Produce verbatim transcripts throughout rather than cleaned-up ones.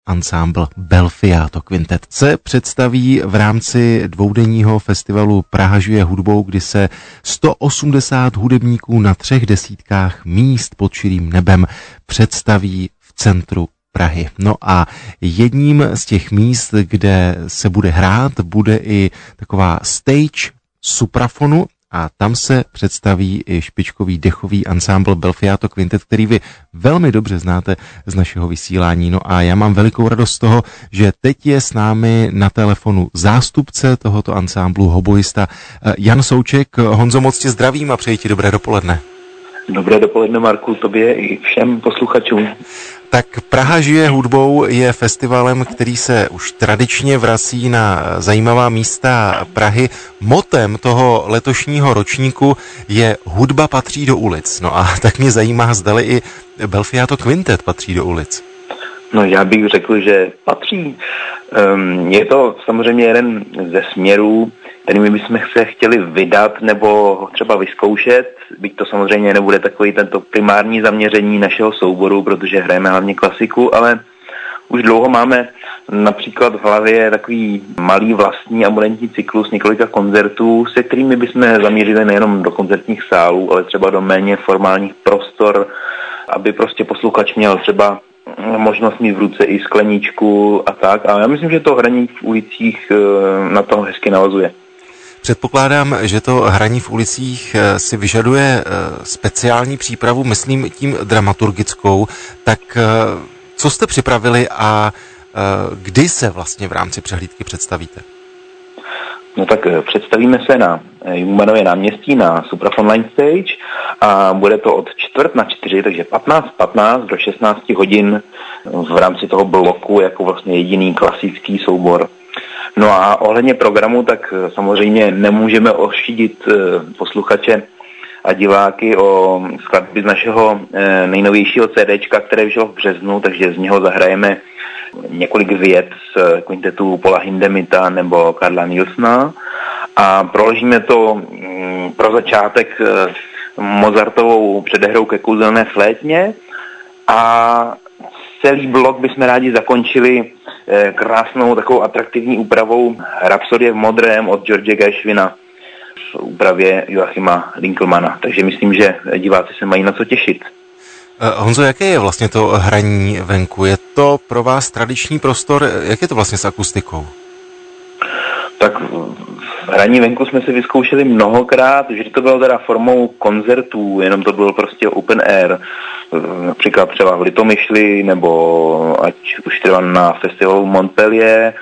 ansámbl Belfiato Quintet se představí v rámci dvoudenního festivalu Praha žije hudbou, kdy se sto osmdesát hudebníků na třech desítkách míst pod širým nebem představí v centru Prahy. No a jedním z těch míst, kde se bude hrát, bude i taková stage suprafonu, a tam se představí i špičkový dechový ansámbl Belfiato Quintet, který vy velmi dobře znáte z našeho vysílání. No a já mám velikou radost z toho, že teď je s námi na telefonu zástupce tohoto ansámblu, hoboista Jan Souček. Honzo, moc tě zdravím a přeji ti dobré dopoledne. Dobré dopoledne, Marku, tobě i všem posluchačům. Tak Praha žije hudbou je festivalem, který se už tradičně vrací na zajímavá místa Prahy. Motem toho letošního ročníku je Hudba patří do ulic. No a tak mě zajímá, zdali i Belfiato Quintet patří do ulic. No já bych řekl, že patří. Um, je to samozřejmě jeden ze směrů, kterými bychom se chtěli vydat nebo třeba vyzkoušet, byť to samozřejmě nebude takový tento primární zaměření našeho souboru, protože hrajeme hlavně klasiku, ale už dlouho máme například v hlavě takový malý vlastní abonentní cyklus několika koncertů, se kterými bychom zamířili nejenom do koncertních sálů, ale třeba do méně formálních prostor, aby prostě posluchač měl třeba možnost mít v ruce i skleničku a tak. A já myslím, že to hraní v ulicích na to hezky navazuje. Předpokládám, že to hraní v ulicích si vyžaduje speciální přípravu, myslím tím dramaturgickou. Tak co jste připravili a kdy se vlastně v rámci přehlídky představíte? No tak představíme se na Humanově náměstí na Suprafon Line Stage a bude to od čtvrt na čtyři, takže patnáct patnáct do šestnáct hodin v rámci toho bloku jako vlastně jediný klasický soubor. No a ohledně programu, tak samozřejmě nemůžeme ošidit posluchače a diváky o skladby z našeho nejnovějšího CDčka, které vyšlo v březnu, takže z něho zahrajeme několik vět z kvintetů Paula Hindemita nebo Karla Nilssona a proložíme to pro začátek Mozartovou předehrou ke kouzelné flétně a celý blok bychom rádi zakončili krásnou takovou atraktivní úpravou Rapsodie v modrém od George Gershwina v úpravě Joachima Winkelmana. Takže myslím, že diváci se mají na co těšit. Honzo, jaké je vlastně to hraní venku? Je to pro vás tradiční prostor? Jak je to vlastně s akustikou? Tak hraní venku jsme si vyzkoušeli mnohokrát, že to bylo teda formou koncertů, jenom to bylo prostě open air, například třeba v Litomyšli, nebo ať už třeba na festivalu Montpellier.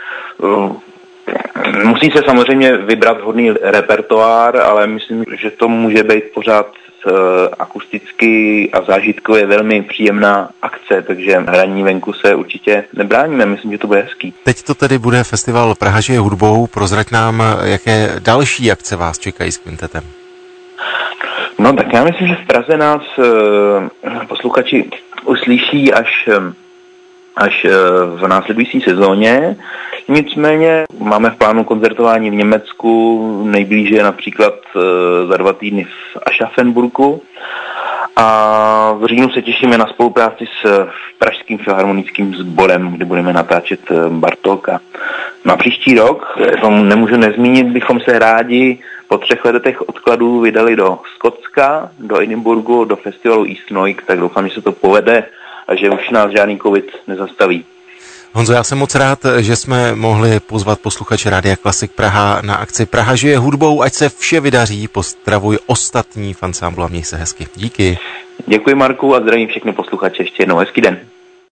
Musí se samozřejmě vybrat vhodný repertoár, ale myslím, že to může být pořád akusticky a zážitkově velmi příjemná akce, takže hraní venku se určitě nebráníme, myslím, že to bude hezký. Teď to tedy bude festival Praha žije hudbou, prozrať nám, jaké další akce vás čekají s kvintetem. No tak já myslím, že v Praze nás posluchači uslyší až až v následující sezóně. Nicméně máme v plánu koncertování v Německu, nejblíže například za dva týdny v Aschaffenburgu a v říjnu se těšíme na spolupráci s Pražským filharmonickým sborem, kde budeme natáčet Bartóka. Na příští rok, to nemůžu nezmínit, bychom se rádi po třech letech odkladů vydali do Skotska, do Edinburghu, do festivalu East Noik, tak doufám, že se to povede a že už nás žádný covid nezastaví. Honzo, já jsem moc rád, že jsme mohli pozvat posluchače Rádia Klasik Praha na akci Praha žije hudbou, ať se vše vydaří, pozdravuj ostatní v ansámblu a měj se hezky. Díky. Děkuji, Marku, a zdravím všechny posluchače, ještě jednou hezký den.